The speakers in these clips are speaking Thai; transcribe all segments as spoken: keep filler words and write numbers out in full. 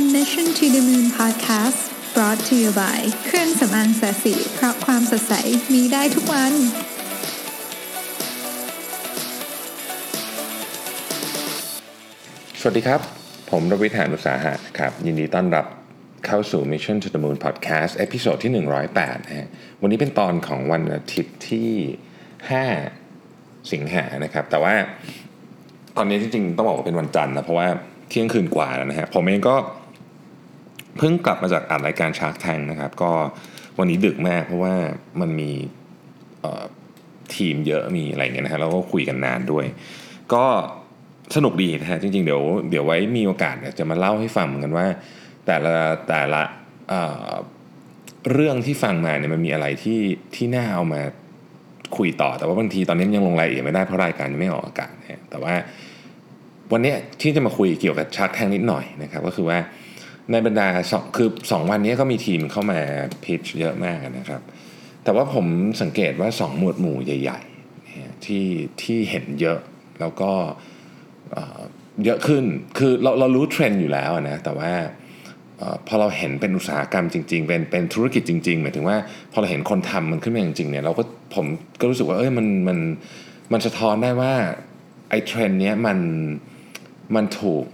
Mission to the Moon Podcast brought to you by เครื่องสำอางแสสีเพราะความสดใสมีได้ทุกวันสวัสดีครับผมรวิทย์ หาญอุตสาหะครับยินดีต้อนรับเข้าสู่ Mission to the Moon Podcast เอพิโซดที่หนึ่งร้อยแปดนะฮะวันนี้เป็นตอนของวันอาทิตย์ที่ห้าสิงหานะครับแต่ว่าตอนนี้จริงๆต้องบอกว่าเป็นวันจันทร์นะเพราะว่าเที่ยงคืนกว่าแล้วนะฮะผมเองก็เพิ่งกลับมาจากอัดรายการ Shark Tank นะครับก็วันนี้ดึกมากเพราะว่ามันมีทีมเยอะมีอะไรอย่างเงี้ยนะฮะแล้วก็คุยกันนานด้วยก็สนุกดีนะฮะจริงๆเดี๋ยวเดี๋ยวไว้มีโอกาสจะมาเล่าให้ฟังเหมือนกันว่าแต่ละแต่ละเอ่อเรื่องที่ฟังมาเนี่ยมันมีอะไรที่ที่น่าเอามาคุยต่อแต่ว่าบางทีตอนนี้ยังลงรายละเอียดไม่ได้เพราะรายการยังไม่ออกอากาศนะแต่ว่าวันนี้ที่จะมาคุยเกี่ยวกับ Shark Tank นิดหน่อยนะครับก็คือว่าในบรรดาสองคือสองวันนี้ก็มีทีมเข้ามาพิชเยอะมากนะครับแต่ว่าผมสังเกตว่าสองหมวดหมู่ใหญ่ๆที่ที่เห็นเยอะแล้วก็เยอะขึ้นคือเราเรารู้เทรนด์อยู่แล้วนะแต่ว่าพอเราเห็นเป็นอุตสาหกรรมจริงๆเป็นเป็นธุรกิจจริงๆหมายถึงว่าพอเราเห็นคนทำมันขึ้นมาจริงๆเนี่ยเราก็ผมก็รู้สึกว่าเอ้ยมันมันมันสะท้อนได้ว่าไอ้เทรนด์เนี้ยมันมันถูก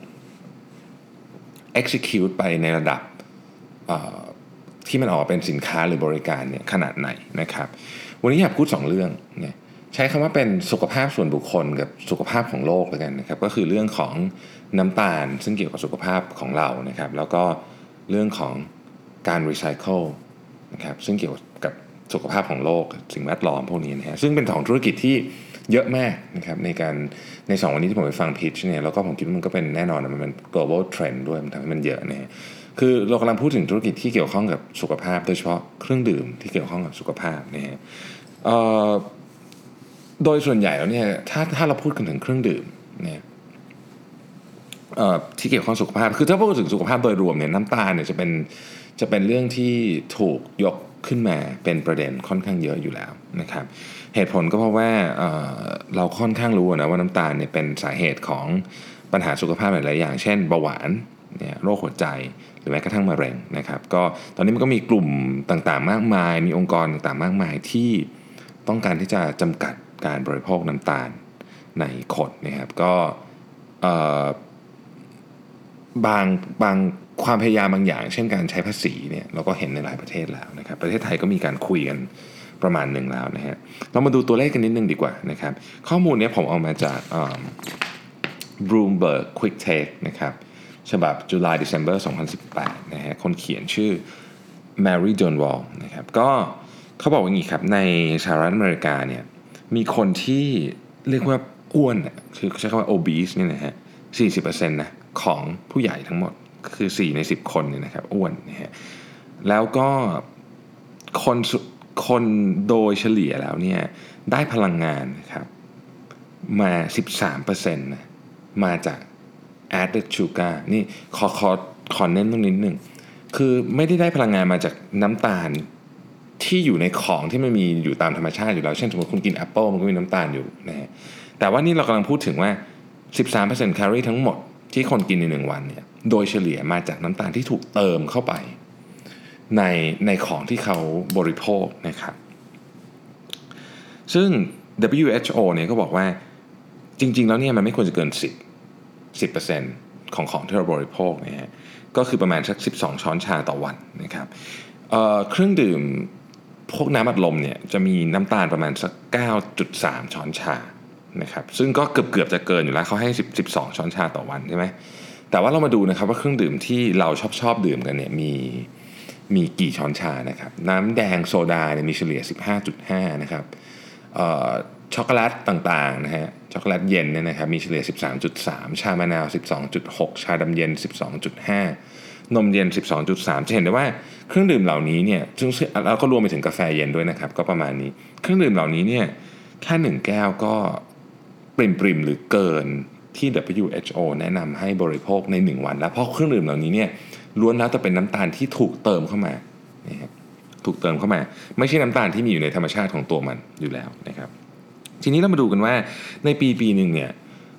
execute ไปในระดับที่มันออกเป็นสินค้าหรือบริการเนี่ยขนาดไหนนะครับวันนี้อยากพูดสองเรื่องเนี่ยใช้คำว่าเป็นสุขภาพส่วนบุคคลกับสุขภาพของโลกแล้วกันนะครับก็คือเรื่องของน้ำตาลซึ่งเกี่ยวกับสุขภาพของเรานะครับแล้วก็เรื่องของการรีไซเคิลนะครับซึ่งเกี่ยวกับสุขภาพของโลกสิ่งแวดล้อมพวกนี้นะฮะซึ่งเป็นของธุรกิจที่เยอะมากนะครับในการในสองวันนี้ที่ผมไปฟังพิชเนี่ยแล้วก็ผมคิดว่ามันก็เป็นแน่นอนมันเป็น global trend ด้วยมันทำให้มันเยอะนะฮะคือเรากำลังพูดถึงธุรกิจที่เกี่ยวข้องกับสุขภาพโดยเฉพาะเครื่องดื่มที่เกี่ยวข้องกับสุขภาพนะฮะเอ่อโดยส่วนใหญ่แล้วเนี่ยถ้าถ้าเราพูดกันถึงเครื่องดื่มเนี่ยเอ่อที่เกี่ยวข้องสุขภาพคือถ้าพูดถึงสุขภาพโดยรวมเนี่ยน้ำตาลเนี่ยจะเป็นจะเป็นเรื่องที่ถูกยกขึ้นมาเป็นประเด็นค่อนข้างเยอะอยู่แล้วนะครับเหตุผลก็เพราะว่าเอ่อเราค่อนข้างรู้นะว่าน้ำตาลเนี่ยเป็นสาเหตุของปัญหาสุขภาพหลายๆอย่างเช่นเบาหวานเนี่ยโรคหัวใจหรือแม้กระทั่งมะเร็งนะครับก็ตอนนี้มันก็มีกลุ่มต่างๆมากมายมีองค์กรต่างๆมากมายที่ต้องการที่จะจำกัดการบริโภคน้ำตาลในคนนะครับก็บางบางความพยายามบางอย่างเช่นการใช้ภาษีเนี่ยเราก็เห็นในหลายประเทศแล้วนะครับประเทศไทยก็มีการคุยกันประมาณหนึ่งแล้วนะฮะเรามาดูตัวเลขกันนิดนึงดีกว่านะครับข้อมูลนี้ผมเอามาจาก Bloomberg Quick Take นะครับฉบับ July-December สองพันสิบแปดนะฮะคนเขียนชื่อ Mary Johnwall นะครับก็เขาบอกว่าอย่างนี้ครับในสหรัฐอเมริกาเนี่ยมีคนที่เรียกว่าอ้วนคือใช้คำว่า obese เนี่ยนะฮะ สี่สิบเปอร์เซ็นต์ นะของผู้ใหญ่ทั้งหมดคือสี่ในสิบคนเนี่ยนะครับอ้วนนะฮะแล้วก็คนคนโดยเฉลี่ยแล้วเนี่ยได้พลังงานนะครับมา สิบสามเปอร์เซ็นต์ นะมาจาก added sugar นี่ขอขอขอเน้นตรงนิดนึงคือไม่ได้ได้พลังงานมาจากน้ำตาลที่อยู่ในของที่มันมีอยู่ตามธรรมชาติอยู่แล้วเช่นสมมติคุณกินแอปเปิลมันก็มีน้ำตาลอยู่นะฮะแต่ว่านี่เรากำลังพูดถึงว่า สิบสามเปอร์เซ็นต์ แคลอรี่ทั้งหมดที่คนกินในหนึ่งวันเนี่ยโดยเฉลี่ยมาจากน้ำตาลที่ถูกเติมเข้าไปในในของที่เขาบริโภคนะครับซึ่ง ดับเบิลยู เอช โอ เนี่ยก็บอกว่าจริงๆแล้วเนี่ยมันไม่ควรจะเกินสิบ สิบเปอร์เซ็นต์ ของของที่เราบริโภคนะฮะก็คือประมาณสักสิบสองช้อนชาต่อวันนะครับเอ่อเครื่องดื่มพวกน้ำอัดลมเนี่ยจะมีน้ำตาลประมาณสัก เก้าจุดสาม ช้อนชานะครับซึ่งก็เกือบๆจะเกินอยู่แล้วเขาให้สิบ สิบสองช้อนชาต่อวันใช่ไหมแต่ว่าเรามาดูนะครับว่าเครื่องดื่มที่เราชอบชอบดื่มกันเนี่ยมีมีกี่ช้อนชานะครับน้ำแดงโซดาเนี่ยมีเฉลี่ย สิบห้าจุดห้า นะครับเอ่อช็อกโกแลตต่างๆนะฮะช็อกโกแลตเย็นเนี่ยนะครับมีเฉลี่ย สิบสามจุดสาม ชามะนาว สิบสองจุดหก ชาดำเย็น สิบสองจุดห้า นมเย็น สิบสองจุดสาม จะเห็นได้ว่าเครื่องดื่มเหล่านี้เนี่ยซึ่งแล้วก็รวมไปถึงกาแฟเย็นด้วยนะครับก็ประมาณนี้เครื่องดื่มเหล่านี้เนี่ยแค่หนึ่งแก้วก็ปริมๆหรือเกินที่ ดับเบิลยู เอช โอ แนะนำให้บริโภคในหนึ่งวันแล้วเพราะเครื่องดื่มเหล่านี้เนี่ยล้วนแล้วแต่เป็นน้ำตาลที่ถูกเติมเข้ามานะครับถูกเติมเข้ามาไม่ใช่น้ำตาลที่มีอยู่ในธรรมชาติของตัวมันอยู่แล้วนะครับทีนี้เรามาดูกันว่าในปีปีนึงเนี่ย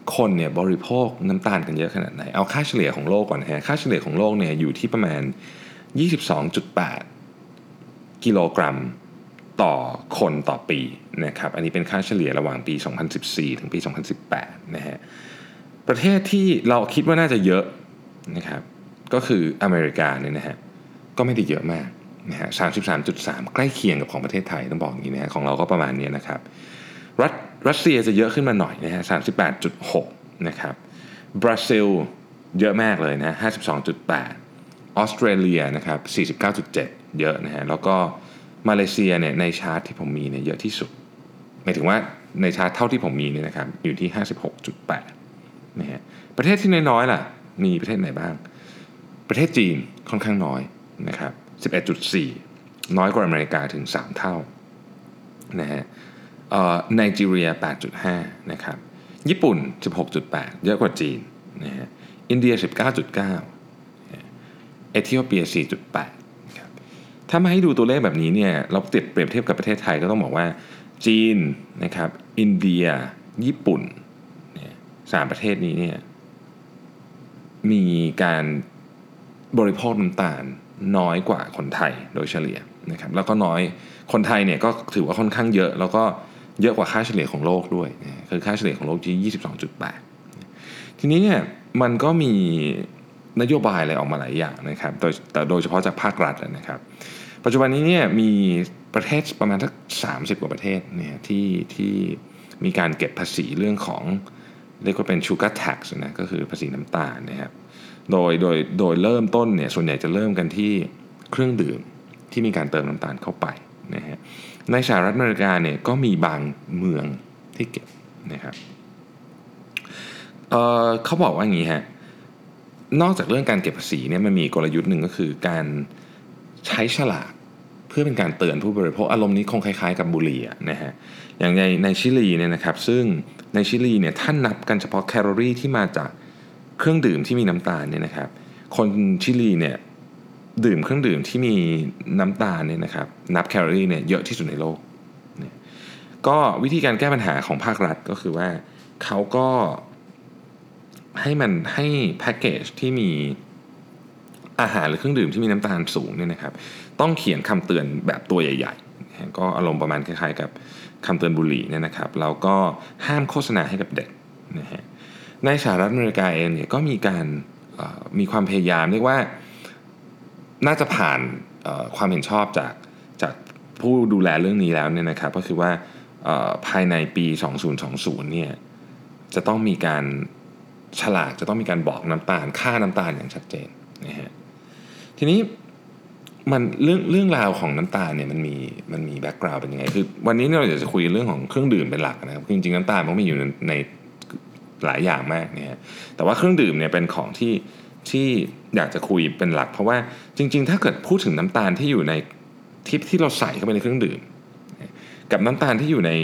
คนเนี่ยบริโภคน้ำตาลกันเยอะขนาดไหนเอาค่าเฉลี่ยของโลกก่อนนะฮะค่าเฉลี่ยของโลกเนี่ยอยู่ที่ประมาณ ยี่สิบสองจุดแปด กิโลกรัมต่อคนต่อปีนะครับอันนี้เป็นค่าเฉลี่ยระหว่างปีสองพันสิบสี่ถึงปีสองพันสิบแปดนะฮะประเทศที่เราคิดว่าน่าจะเยอะนะครับก็คืออเมริกาเนี่ยนะฮะก็ไม่ได้เยอะมากนะฮะ สามสิบสามจุดสาม ใกล้เคียงกับของประเทศไทยต้องบอกอย่างนี้นะฮะของเราก็ประมาณนี้นะครับรัสรัสเซียจะเยอะขึ้นมาหน่อยนะฮะ สามสิบแปดจุดหก นะครับบราซิลเยอะมากเลยนะ ห้าสิบสองจุดแปด ออสเตรเลียนะครับ สี่สิบเก้าจุดเจ็ด เยอะนะฮะแล้วก็มาเลเซียเนี่ยในชาร์ตที่ผมมีเนี่ยเยอะที่สุดหมายถึงว่าในชาร์ตเท่าที่ผมมีเนี่ยนะครับอยู่ที่ ห้าสิบหกจุดแปด นะฮะประเทศที่น้อยๆล่ะมีประเทศไหนบ้างประเทศจีนค่อนข้างน้อยนะครับ สิบเอ็ดจุดสี่ น้อยกว่าอเมริกาถึงสามเท่านะฮะเอ่อไนจีเรีย แปดจุดห้า นะครับญี่ปุ่น สิบหกจุดแปด เยอะกว่าจีนนะฮะอินเดีย สิบเก้าจุดเก้า เอธิโอเปีย สี่จุดแปด ครับถ้ามาให้ดูตัวเลขแบบนี้เนี่ยเราเปรียบเปรียบเทียบกับประเทศไทยก็ต้องบอกว่าจีนนะครับอินเดียญี่ปุ่นเนี่ยสามประเทศนี้เนี่ยมีการบริโภคน้ำตาลน้อยกว่าคนไทยโดยเฉลี่ยนะครับแล้วก็น้อยคนไทยเนี่ยก็ถือว่าค่อนข้างเยอะแล้วก็เยอะกว่าค่าเฉลี่ยของโลกด้วยนะคือค่าเฉลี่ยของโลกที่ ยี่สิบสองจุดแปด ทีนี้เนี่ยมันก็มีนโยบายอะไรออกมาหลายอย่างนะครับโดยแต่โดยเฉพาะจากภาครัฐนะครับปัจจุบันนี้เนี่ยมีประเทศประมาณสักสามสิบกว่าประเทศเนี่ยที่ที่มีการเก็บภาษีเรื่องของเรียกว่าเป็น sugar tax นะก็คือภาษีน้ำตาลนะครับโดยโดยโดยเริ่มต้นเนี่ยส่วนใหญ่จะเริ่มกันที่เครื่องดื่มที่มีการเติมน้ำตาลเข้าไปนะฮะในสหรัฐอเมริกาเนี่ยก็มีบางเมืองที่เก็บนะครับเอ่อเขาบอกว่าอย่างนี้ฮะนอกจากเรื่องการเก็บภาษีเนี่ยมันมีกลยุทธ์หนึ่งก็คือการใช้ฉลากเพื่อเป็นการเตือนผู้บริโภคอารมณ์นี้คงคล้ายๆกับบุหรี่นะฮะอย่างในในชิลีเนี่ยนะครับซึ่งในชิลีเนี่ยท่านนับกันเฉพาะแคลอรี่ที่มาจากเครื่องดื่มที่มีน้ำตาลเนี่ยนะครับคนชิลีเนี่ยดื่มเครื่องดื่มที่มีน้ำตาลเนี่ยนะครับนับแคลอรี่เนี่ยเยอะที่สุดในโลกเนี่ยก็วิธีการแก้ปัญหาของภาครัฐก็คือว่าเขาก็ให้มันให้แพ็กเกจที่มีอาหารหรือเครื่องดื่มที่มีน้ำตาลสูงเนี่ยนะครับต้องเขียนคำเตือนแบบตัวใหญ่ๆก็อารมณ์ประมาณคล้ายๆกับคำเตือนบุหรี่เนี่ยนะครับแล้วก็ห้ามโฆษณาให้กับเด็กนะฮะในสหรัฐอเมริกาเองเนี่ยก็มีการมีความพยายามเรียกว่าน่าจะผ่านความเห็นชอบจากจากผู้ดูแลเรื่องนี้แล้วเนี่ยนะครับก็คือว่าภายในปีสองพันยี่สิบเนี่ยจะต้องมีการฉลากจะต้องมีการบอกน้ำตาลค่าน้ำตาลอย่างชัดเจนนะฮะทีนี้มันเรื่องเรื่องราวของน้ำตาลเนี่ยมันมีมันมีแบ็กกราวด์เป็นยังไงคือวันนี้เราอยากจะคุยเรื่องของเครื่องดื่มเป็นหลักนะครับจริงๆน้ำตาลมันมีอยู่ในในหลายอย่างมากนะฮะแต่ว่าเครื่องดื่มเนี่ยเป็นของที่ที่อยากจะคุยเป็นหลักเพราะว่าจริงๆถ้าเกิดพูดถึงน้ำตาลที่อยู่ในที่ที่เราใส่เข้าไปในเครื่องดื่มกับน้ำตาลที่อยู่ใน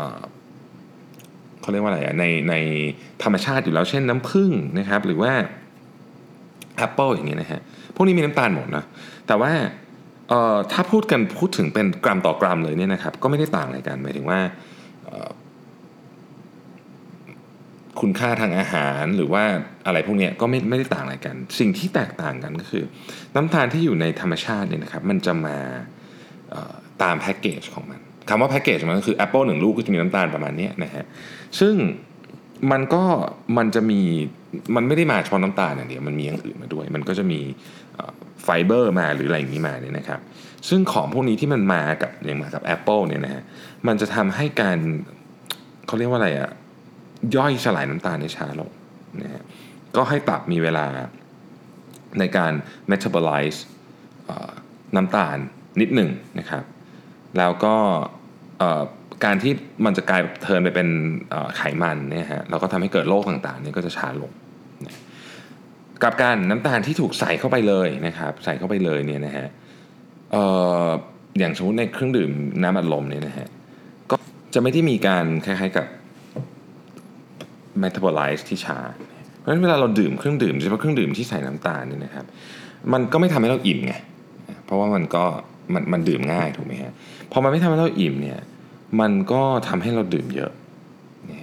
เขาเรียกว่าอะไรอ่ะในในธรรมชาติอยู่แล้วเช่นน้ำผึ้งนะครับหรือว่าแอปเปิลอย่างเงี้ยนะฮะพวกนี้มีน้ำตาลหมดนะแต่ว่าเอ่อถ้าพูดกันพูดถึงเป็นกรัมต่อกรัมเลยเนี่ยนะครับก็ไม่ได้ต่างอะไรกันหมายถึงว่าคุณค่าทางอาหารหรือว่าอะไรพวกนี้ก็ไม่ไม่ได้ต่างอะไรกันสิ่งที่แตกต่างกันก็คือน้ำตาลที่อยู่ในธรรมชาติเนี่ยนะครับมันจะมาตามแพ็กเกจของมันคำว่าแพ็กเกจมันก็คือแอปเปิลหนึ่งลูกก็จะมีน้ำตาลประมาณนี้นะฮะซึ่งมันก็มันจะมีมันไม่ได้มาเฉพาะน้ำตาลอย่างเดียวมันมีอย่างอื่นมาด้วยมันก็จะมีไฟเบอร์มาหรืออะไรอย่างนี้มาเนี่ยนะครับซึ่งของพวกนี้ที่มันมากับอย่างมากับแอปเปิลเนี่ยนะฮะมันจะทำให้การเขาเรียกว่าอะไรอะย่อยสลายน้ำตาลในช้าลงนะฮะก็ให้ตับมีเวลาในการ metabolize น้ำตาลนิดหนึ่งนะครับแล้วก็การที่มันจะกลายเทิร์นไปเป็นไขมันเนี่ยฮะเราก็ทำให้เกิดโรคต่างๆเนี่ยก็จะช้าลงนะกับการน้ำตาลที่ถูกใส่เข้าไปเลยนะครับใส่เข้าไปเลยเนี่ยนะฮะ เอ่ออย่างสมมติในเครื่องดื่มน้ำอัดลมเนี่ยนะฮะก็จะไม่ได้มีการคล้ายๆกับ metabolize ที่ช้าเพราะฉะนั้นเวลาเราดื่มเครื่องดื่มโดยเฉพาะเครื่องดื่มที่ใส่น้ำตาลเนี่ยนะครับมันก็ไม่ทำให้เราอิ่มไงเพราะว่ามันก็มันมันดื่มง่ายถูกไหมฮะพอมันไม่ทำให้เราอิ่มเนี่ยมันก็ทำให้เราดื่มเยอะ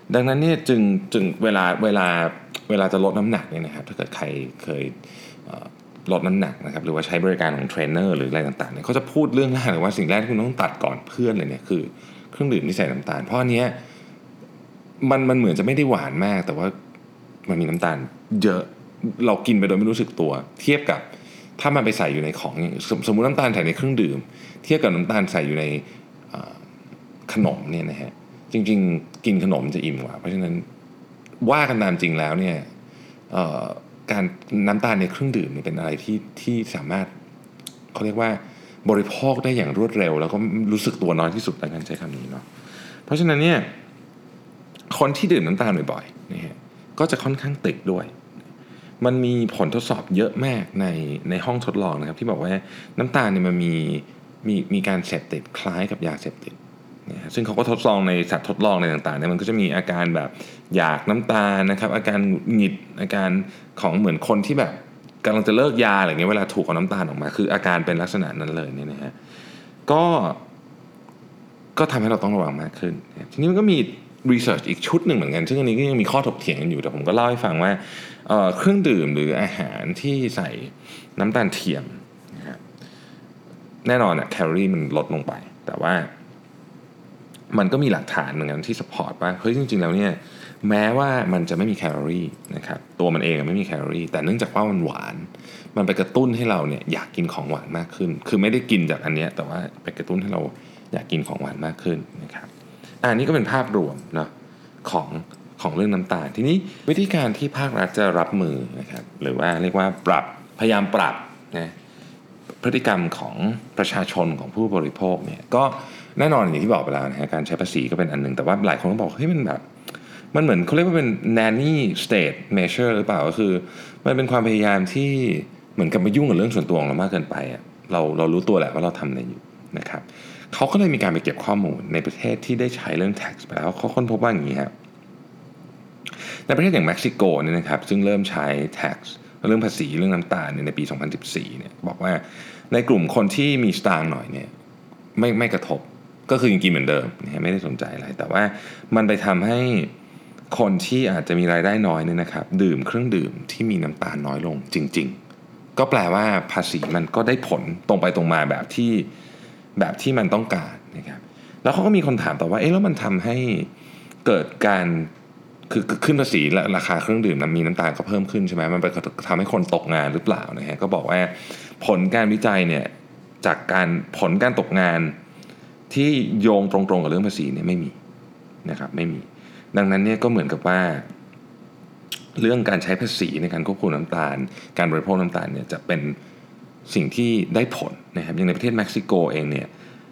ดังนั้นเนี่ยจึงจึงเวลาเวลาเวลาจะลดน้ำหนักเนี่ยนะครับถ้าเกิดใครเคยลดน้ำหนักนะครับหรือว่าใช้บริการของเทรนเนอร์หรืออะไรต่างๆเนี่ยเขาจะพูดเรื่องแรกเลยว่าสิ่งแรกที่คุณต้องตัดก่อนเพื่อนเลยเนี่ยคือเครื่องดื่มที่ใส่น้ำตาลเพราะอันเนี้ยมันมันเหมือนจะไม่ได้หวานมากแต่ว่ามันมีน้ำตาลเยอะเรากินไปโดยไม่รู้สึกตัวเทียบกับถ้ามันไปใส่อยู่ในของอย่างสมมุติน้ำตาลใส่ในเครื่องดื่มเทียบกับน้ำตาลใส่อยู่ในขนมเนี่ยนะฮะจริงๆกินขนมจะอิ่มกว่าเพราะฉะนั้นว่ากันตามจริงแล้วเนี่ยการน้ำตาลในเครื่องดื่มเนี่ยเป็นอะไรที่ที่สามารถเขาเรียกว่าบริโภคได้อย่างรวดเร็วแล้วก็รู้สึกตัวน้อยที่สุดในการใช้คำนี้เนาะเพราะฉะนั้นเนี่ยคนที่ดื่มน้ำตาลบ่อยๆนะฮะก็จะค่อนข้างติดด้วยมันมีผลทดสอบเยอะมากในในห้องทดลองนะครับที่บอกว่าน้ำตาลเนี่ยมันมีมีมีการเสพติดคล้ายกับยาเสพติดนะซึ่งเขาก็ทดลองในสัตว์ทดลองในต่างๆเนี่ยมันก็จะมีอาการแบบอยากน้ำตาลนะครับอาการหงิดอาการของเหมือนคนที่แบบกำลังจะเลิกยาอะไรเงี้ยเวลาถูกเอาน้ำตาลออกมาคืออาการเป็นลักษณะนั้นเลยเนี่ยนะฮะก็ก็ทำให้เราต้องระวังมากขึ้นทีนี้มันก็มีรีเสิร์ชอีกชุดหนึ่งเหมือนกันซึ่งอันนี้ก็ยังมีข้อถกเถียงกันอยู่แต่ผมก็เล่าให้ฟังว่า เอ่อ เครื่องดื่มหรืออาหารที่ใส่น้ำตาลเทียมนะครับแน่นอนเนี่ยแคลอรี่มันลดลงไปแต่ว่ามันก็มีหลักฐานเหมือนกันที่สปอร์ตว่าเฮ้ยจริงๆแล้วเนี่ยแม้ว่ามันจะไม่มีแคลอรี่นะครับตัวมันเองไม่มีแคลอรี่แต่เนื่องจากว่ามันหวานมันไปกระตุ้นให้เราเนี่ยอยากกินของหวานมากขึ้นคือไม่ได้กินจากอันเนี้ยแต่ว่าไปกระตุ้นให้เราอยากกินของหวานมากขึ้นนะครับอันนี้ก็เป็นภาพรวมเนาะของของเรื่องน้ำตาลทีนี้วิธีการที่ภาครัฐจะรับมือนะครับหรือว่าเรียกว่าปรับพยายามปรับนะพฤติกรรมของประชาชนของผู้บริโภคเนี่ยก็แน่นอนอย่างที่บอกไปแล้วนะฮะการใช้ภาษีก็เป็นอันนึงแต่ว่าหลายคนก็บอกเฮ้ยมันแบบมันเหมือนเขาเรียกว่าเป็น nanny state measure หรือเปล่าก็คือมันเป็นความพยายามที่เหมือนกับมายุ่งกับเรื่องส่วนตัวของเรามากเกินไปอ่ะเราเรารู้ตัวแหละว่าเราทำอะไรอยู่นะครับเขาก็เลยมีการไปเก็บข้อมูลในประเทศที่ได้ใช้เรื่อง tax ไปแล้วเขาค้นพบว่าอย่างนี้ครับในประเทศอย่างเม็กซิโกเนี่ยนะครับซึ่งเริ่มใช้ tax เรื่องภาษีเรื่องน้ำตาลในปีสองพันสิบสี่เนี่ยบอกว่าในกลุ่มคนที่มีสตางค์หน่อยเนี่ยไม่ไม่กระทบก็คือยังกินเหมือนเดิมนะไม่ได้สนใจอะไรแต่ว่ามันไปทำให้คนที่อาจจะมีรายได้น้อยเนี่ยนะครับดื่มเครื่องดื่มที่มีน้ำตาลน้อยลงจริงๆก็แปลว่าภาษีมันก็ได้ผลตรงไปตรงมาแบบที่แบบที่มันต้องการนะครับแล้วเขาก็มีคนถามต่อว่าเอ๊ะแล้วมันทำให้เกิดการคือขึ้นภาษีและราคาเครื่องดื่มน้ำมีน้ำตาลก็เพิ่มขึ้นใช่ไหมมันไปทำให้คนตกงานหรือเปล่านะฮะก็บอกว่าผลการวิจัยเนี่ยจากการผลการตกงานที่โยงตรงๆกับเรื่องภาษีเนี่ยไม่มีนะครับไม่มีดังนั้นเนี่ยก็เหมือนกับว่าเรื่องการใช้ภาษีในการควบคุมน้ำตาลการบริโภคน้ำตาลเนี่ยจะเป็นสิ่งที่ได้ผลนะครับอย่างในประเทศเม็กซิโกเองเนี่ย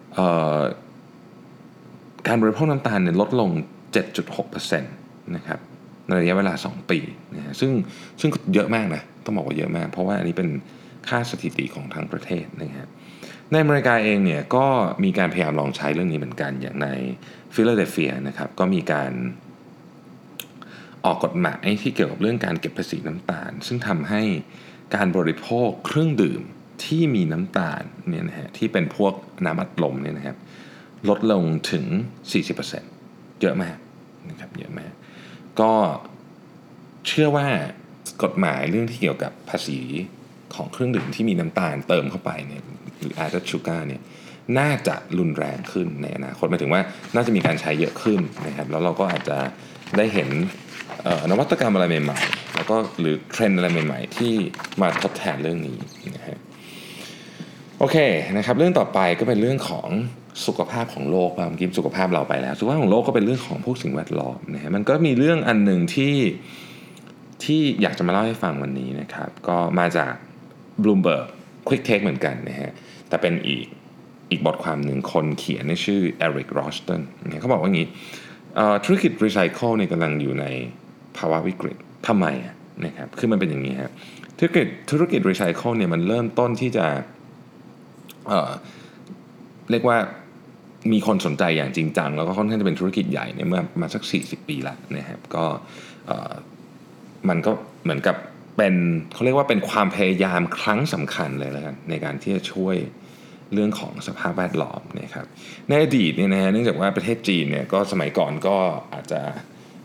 การบริโภคน้ำตาลเนี่ยลดลง เจ็ดจุดหกเปอร์เซ็นต์ นะครับในระยะเวลาสองปีนะฮะซึ่งซึ่งเยอะมากนะต้องบอกว่าเยอะมากเพราะว่าอันนี้เป็นค่าสถิติของทั้งประเทศนะครับในอเมริกาเองเนี่ยก็มีการพยายามลองใช้เรื่องนี้เหมือนกันอย่างในฟิลาเดลเฟียนะครับก็มีการออกกฎหมายที่เกี่ยวกับเรื่องการเก็บภาษีน้ำตาลซึ่งทำให้การบริโภคเครื่องดื่มที่มีน้ำตาลเนี่ยนะฮะที่เป็นพวกน้ำอัดลมเนี่ยนะครับลดลงถึง สี่สิบเปอร์เซ็นต์ เยอะมากนะครับเยอะมากก็เชื่อว่ากฎหมายเรื่องที่เกี่ยวกับภาษีของเครื่องดื่มที่มีน้ำตาลเติมเข้าไปเนี่ยหรือ added sugar เนี่ยน่าจะรุนแรงขึ้นในอนาคตหมายถึงว่าน่าจะมีการใช้เยอะขึ้นนะครับแล้วเราก็อาจจะได้เห็นนวัตกรรมอะไรใหม่ๆแล้วก็หรือเทรนด์อะไรใหม่ๆที่มาทดแทนเรื่องนี้นะฮะโอเคนะครับเรื่องต่อไปก็เป็นเรื่องของสุขภาพของโลกเมื่อกี้สุขภาพเราไปแล้วสุขภาพของโลกก็เป็นเรื่องของพวกสิ่งแวดล้อมนะฮะมันก็มีเรื่องอันหนึ่งที่ที่อยากจะมาเล่าให้ฟังวันนี้นะครับก็มาจาก Bloomberg Quick Take เหมือนกันนะฮะแต่เป็นอีกอีกบทความหนึ่งคนเขียนชื่อ Eric Roston เนี่ยเขาบอกว่าอย่างนี้ธุรกิจรีไซเคิลเนี่ยกำลังอยู่ในภาวะวิกฤตทำไมนะครับคือมันเป็นอย่างนี้ครับธุรกิจธุรกิจรีไซเคิลเนี่ยมันเริ่มต้นที่จะเอ่อเรียกว่ามีคนสนใจอย่างจริงจังแล้วก็ค่อนข้างจะเป็นธุรกิจใหญ่เนี่ยเมื่อมาสักสี่สิบปีแล้วนะครับก็มันก็เหมือนกับเป็นเขาเรียกว่าเป็นความพยายามครั้งสำคัญเลยแล้วกันในการที่จะช่วยเรื่องของสภาพแวดล้อมนะครับในอดีตเนี่ยนะฮะเนื่องจากว่าประเทศจีนเนี่ยก็สมัยก่อนก็อาจจะ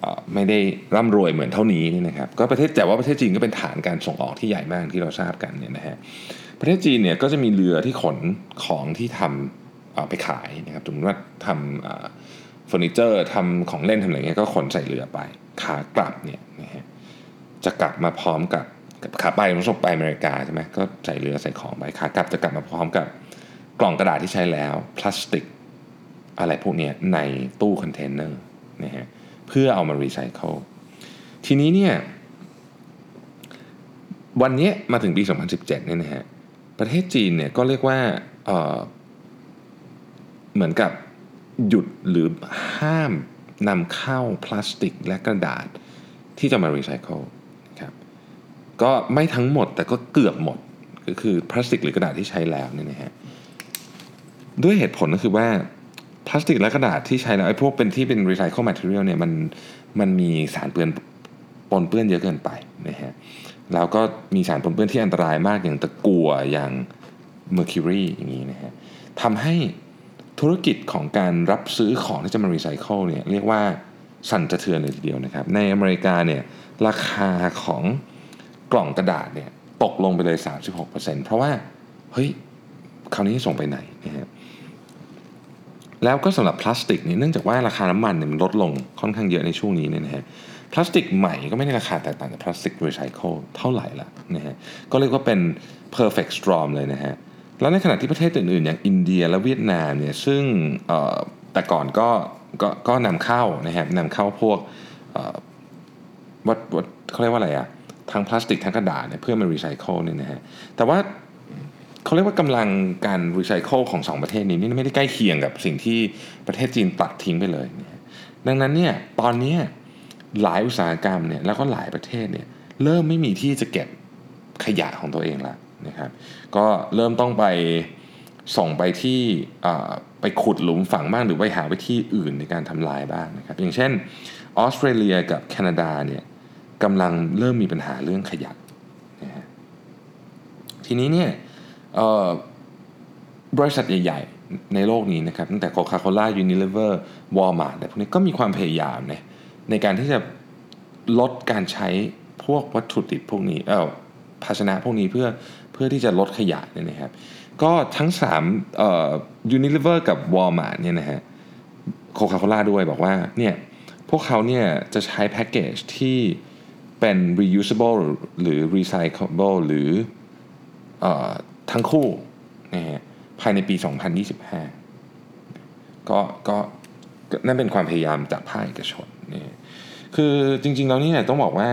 ไม่ได้ร่ำรวยเหมือนเท่านี้นี่นะครับก็ประเทศแต่ว่าประเทศจีนก็เป็นฐานการส่งออกที่ใหญ่มากที่เราทราบกันเนี่ยนะฮะประเทศจีนเนี่ยก็จะมีเรือที่ขนของที่ทำไปขายนะครับสมมติว่าทำเฟอร์นิเจอร์ทำของเล่นทำอะไรเงี้ยก็ขนใส่เรือไปขากลับเนี่ยนะฮะจะกลับมาพร้อมกับขาไปมันส่งไปอเมริกาใช่ไหมก็ใส่เรือใส่ของไปขากลับจะกลับมาพร้อมกับกล่องกระดาษที่ใช้แล้วพลาสติกอะไรพวกนี้ในตู้คอนเทนเนอร์นะฮะเพื่อเอามารีไซเคิลทีนี้เนี่ยวันนี้มาถึงปีสองพันสิบเจ็ดเนี่ยนะฮะประเทศจีนเนี่ยก็เรียกว่า เอ่อ เหมือนกับหยุดหรือห้ามนำเข้าพลาสติกและกระดาษที่จะมารีไซเคิลนะครับก็ไม่ทั้งหมดแต่ก็เกือบหมดก็คือพลาสติกหรือกระดาษที่ใช้แล้วเนี่ยนะฮะด้วยเหตุผลก็คือว่าพลาสติกและกระดาษที่ใช้แล้วไอ้พวกเป็นที่เป็นรีไซเคิลแมททีเรียลเนี่ยมันมันมีสารเปื้อนปนเปื้อนเยอะเกินไปนะฮะแล้วก็มีสารปนเปื้อนที่อันตรายมากอย่างตะกั่วอย่างเมอร์คิวรีอย่างนี้นะฮะทำให้ธุรกิจของการรับซื้อของที่จะมารีไซเคิลเนี่ยเรียกว่าสั่นสะเทือนเลยทีเดียวนะครับในอเมริกาเนี่ยราคาของกล่องกระดาษเนี่ยตกลงไปเลย สามสิบหกเปอร์เซ็นต์ เพราะว่าเฮ้ยคราวนี้ส่งไปไหนนะฮะแล้วก็สำหรับพลาสติกเนี่ยเนื่องจากว่าราคาน้ำมันเนี่ยมันลดลงค่อนข้างเยอะในช่วงนี้เนี่ยนะฮะพลาสติกใหม่ก็ไม่ได้ราคาแตกต่างจากพลาสติกรีไซเคิลเท่าไหร่ละนะฮะก็เรียกว่าเป็น perfect storm เลยนะฮะแล้วในขณะที่ประเทศอื่นๆอย่างอินเดียและเวียดนามเนี่ยซึ่งแต่ก่อนก็ก็ก็นำเข้านะฮะนำเข้าพวกวัดวัดเขาเรียกว่าอะไรอะทั้งพลาสติกทั้งกระดาษเนี่ยเพื่อมารีไซเคิลเนี่ยนะฮะแต่ว่าเขาเรียกว่ากำลังการรีไซเคิลของสองประเทศนี้นี่ไม่ได้ใกล้เคียงกับสิ่งที่ประเทศจีนตัดทิ้งไปเลยนะดังนั้นเนี่ยตอนนี้หลายอุตสาหกรรมเนี่ยแล้วก็หลายประเทศเนี่ยเริ่มไม่มีที่จะเก็บขยะของตัวเองแล้วนะครับก็เริ่มต้องไปส่งไปที่ไปขุดหลุมฝังบ้างหรือไปหาไปที่อื่นในการทำลายบ้างนะครับอย่างเช่นออสเตรเลียกับแคนาดาเนี่ยกำลังเริ่มมีปัญหาเรื่องขยะนะฮะทีนี้เนี่ยบริษัทใหญ่ๆในโลกนี้นะครับตั้งแต่ Coca-Cola Unilever Walmart อะไรพวกนี้ก็มีความพยายามนะในการที่จะลดการใช้พวกวัตถุดิบพวกนี้เอ่อภาชนะพวกนี้เพื่อเพื่อที่จะลดขยะเนี่ยนะครับก็ทั้งสามเอ่อ Unilever กับ Walmart เนี่ยนะฮะ Coca-Cola ด้วยบอกว่าเนี่ยพวกเขาเนี่ยจะใช้แพ็กเกจที่เป็น reusable หรือ recyclable หรือเอ่อทั้งคู่นะฮะภายในปีสองพันยี่สิบห้าก็ก็นั่นเป็นความพยายามจากภาคเอกชนนี่คือจริงๆแล้วเนี่ยต้องบอกว่า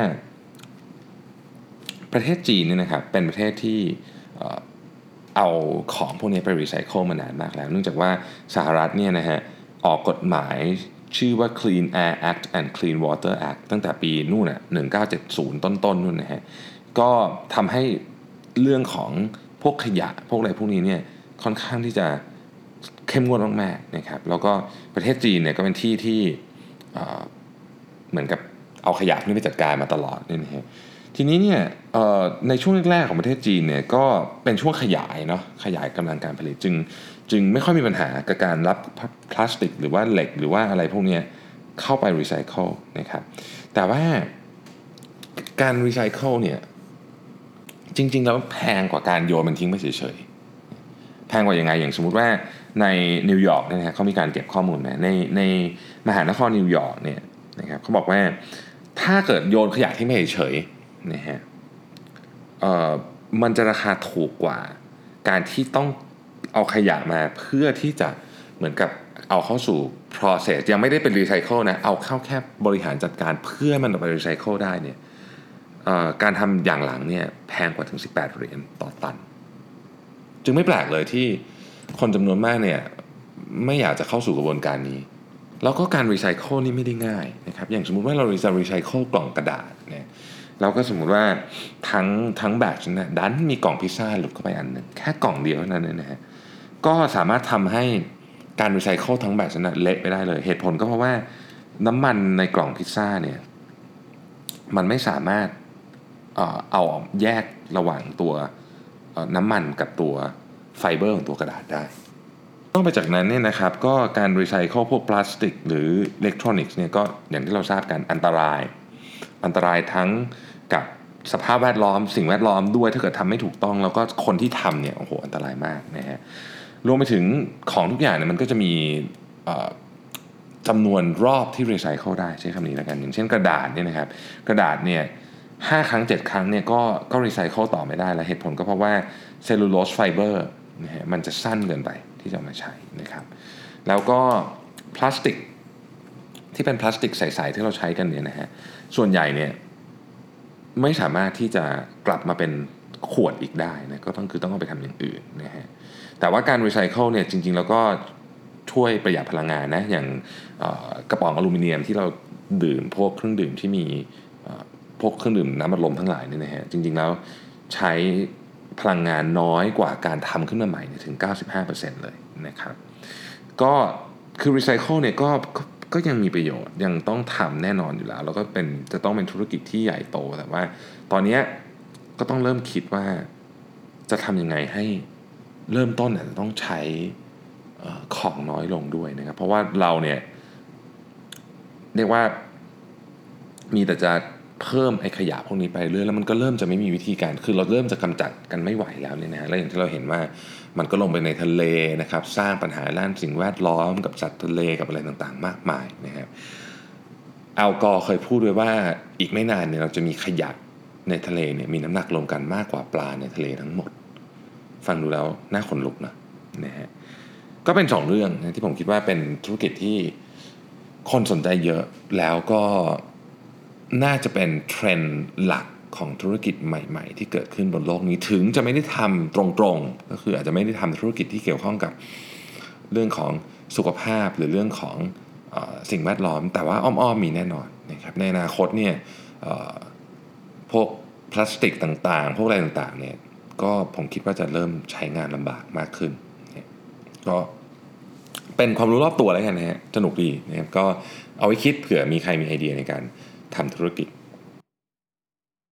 ประเทศจีนเนี่ยนะครับเป็นประเทศที่เอาของพวกนี้ไปรีไซเคิลมานานมากแล้วเนื่องจากว่าสหรัฐเนี่ยนะฮะออกกฎหมายชื่อว่า Clean Air Act and Clean Water Act ตั้งแต่ปีนู่นน่ะหนึ่งเก้าเจ็ดศูนย์ต้นๆนู่นนะฮะก็ทำให้เรื่องของพวกขยะพวกอะไรพวกนี้เนี่ยค่อนข้างที่จะเข้มงวดมากๆนะครับแล้วก็ประเทศจีนเนี่ยก็เป็นที่ที่เหมือนกับเอาขยะนี่ไปจัดการมาตลอดนี่นะฮะทีนี้เนี่ยในช่วงแรกๆของประเทศจีนเนี่ยก็เป็นช่วงขยายเนาะขยายกำลังการผลิตจึงจึงไม่ค่อยมีปัญหากับการรับพลาสติกหรือว่าเหล็กหรือว่าอะไรพวกนี้เข้าไปรีไซเคิลนะครับแต่ว่าการรีไซเคิลเนี่ยจริงๆแล้วแพงกว่าการโยนมันทิ้งไปเฉยๆแพงกว่ายังไงอย่างสมมุติว่าในนิวยอร์กนะฮะเขามีการเก็บข้อมูลนะในในมหานครนิวยอร์กเนี่ยนะครับเขาบอกว่าถ้าเกิดโยนขยะทิ้งไปเฉยๆนะฮะเอ่อมันจะราคาถูกกว่าการที่ต้องเอาขยะมาเพื่อที่จะเหมือนกับเอาเข้าสู่ process ยังไม่ได้เป็นรีไซเคิลนะเอาเข้าแค่บริหารจัดการเพื่อมันเอาไปรีไซเคิลได้เนี่ยการทำอย่างหลังเนี่ยแพงกว่าถึงสิบแปดเหรียญต่อตันจึงไม่แปลกเลยที่คนจำนวนมากเนี่ยไม่อยากจะเข้าสู่กระบวนการนี้แล้วก็การรีไซเคิลนี่ไม่ได้ง่ายนะครับอย่างสมมุติว่าเราจะรีไซเคิลกล่องกระดาษเนี่ยเราก็สมมุติว่าทั้งทั้งแบตนั้นดันมีกล่องพิซซ่าหลุดเข้าไปอันนึงแค่กล่องเดียวเท่านั้นนะฮะก็สามารถทำให้การรีไซเคิลทั้งแบตนั้นเละไปได้เลยเหตุผลก็เพราะว่าน้ำมันในกล่องพิซซ่าเนี่ยมันไม่สามารถเอ่อเอาแยกระหว่างตัวน้ำมันกับตัวไฟเบอร์ของตัวกระดาษได้อกไปจากนั้นเนี่ยนะครับก็การรีไซเคิลพวกพลาสติกหรืออิเล็กทรอนิกส์เนี่ยก็อย่างที่เราทราบกันอันตรายอันตรายทั้งกับสภาพแวดล้อมสิ่งแวดล้อมด้วยถ้าเกิดทำไม่ถูกต้องแล้วก็คนที่ทำเนี่ยโอ้โหอันตรายมากนะฮะรวมไปถึงของทุกอย่างเนี่ยมันก็จะมีจำนวนรอบที่รีไซเคิลได้ใช้คำนี้แล้วกันอย่างเช่นกระดาษเนี่ยนะครับกระดาษเนี่ยห้าครั้งเจ็ดครั้งเนี่ยก็ก็รีไซเคิลต่อไม่ได้แล้วเหตุผลก็เพราะว่าเซลลูโลสไฟเบอร์นะฮะมันจะสั้นเกินไปที่จะมาใช้นะครับแล้วก็พลาสติกที่เป็นพลาสติกใสๆที่เราใช้กันเนี่ยนะฮะส่วนใหญ่เนี่ยไม่สามารถที่จะกลับมาเป็นขวดอีกได้นะก็ต้องคือต้องเอาไปทำอย่างอื่นนะฮะแต่ว่าการรีไซเคิลเนี่ยจริงๆแล้วก็ช่วยประหยัดพลังงานนะอย่างกระป๋องอลูมิเนียมที่เราดื่มพวกเครื่องดื่มที่มีพวกเครื่องดื่มน้ำอัดลมทั้งหลายเนี่ยนะฮะจริงๆแล้วใช้พลังงานน้อยกว่าการทำขึ้นมาใหม่ถึง เก้าสิบห้าเปอร์เซ็นต์ เลยนะครับก็คือรีไซเคิลเนี่ยก็ก็ยังมีประโยชน์ยังต้องทำแน่นอนอยู่แล้วแล้วก็เป็นจะต้องเป็นธุรกิจที่ใหญ่โตแต่ว่าตอนนี้ก็ต้องเริ่มคิดว่าจะทำยังไงให้เริ่มต้นอาจจะต้องใช้ของน้อยลงด้วยนะครับเพราะว่าเราเนี่ยเรียกว่ามีแต่จะเพิ่มไอ้ขยะพวกนี้ไปเรื่อยแล้วมันก็เริ่มจะไม่มีวิธีการคือเราเริ่มจะกำจัดกันไม่ไหวแล้วเนี่ยนะแล้วอย่างที่เราเห็นว่ามันก็ลงไปในทะเลนะครับสร้างปัญหาด้านสิ่งแวดล้อมกับสัตว์ทะเลกับอะไรต่างๆมากมายนะครับอัลกอร์เคยพูดไว้ว่าอีกไม่นานเนี่ยเราจะมีขยะในทะเลเนี่ยมีน้ำหนักรวมกันมากกว่าปลาในทะเลทั้งหมดฟังดูแล้วน่าขนลุกนะนะฮะก็เป็นสองเรื่องนะที่ผมคิดว่าเป็นธุรกิจที่คนสนใจเยอะแล้วก็น่าจะเป็นเทรนด์หลักของธุรกิจใหม่ๆที่เกิดขึ้นบนโลกนี้ถึงจะไม่ได้ทำตรงๆก็คืออาจจะไม่ได้ทำธุรกิจที่เกี่ยวข้องกับเรื่องของสุขภาพหรือเรื่องของเอ่อสิ่งแวดล้อมแต่ว่าอ้อมๆมีแน่นอนนะครับในอนาคตเนี่ยพวกพลาสติกต่างๆพวกอะไรต่างๆเนี่ยก็ผมคิดว่าจะเริ่มใช้งานลำบากมากขึ้นก็เป็นความรู้รอบตัวแล้วกันนะฮะสนุกดีนะครับก็เอาไว้คิดเผื่อมีใครมีไอเดียในการทำธุรกิจ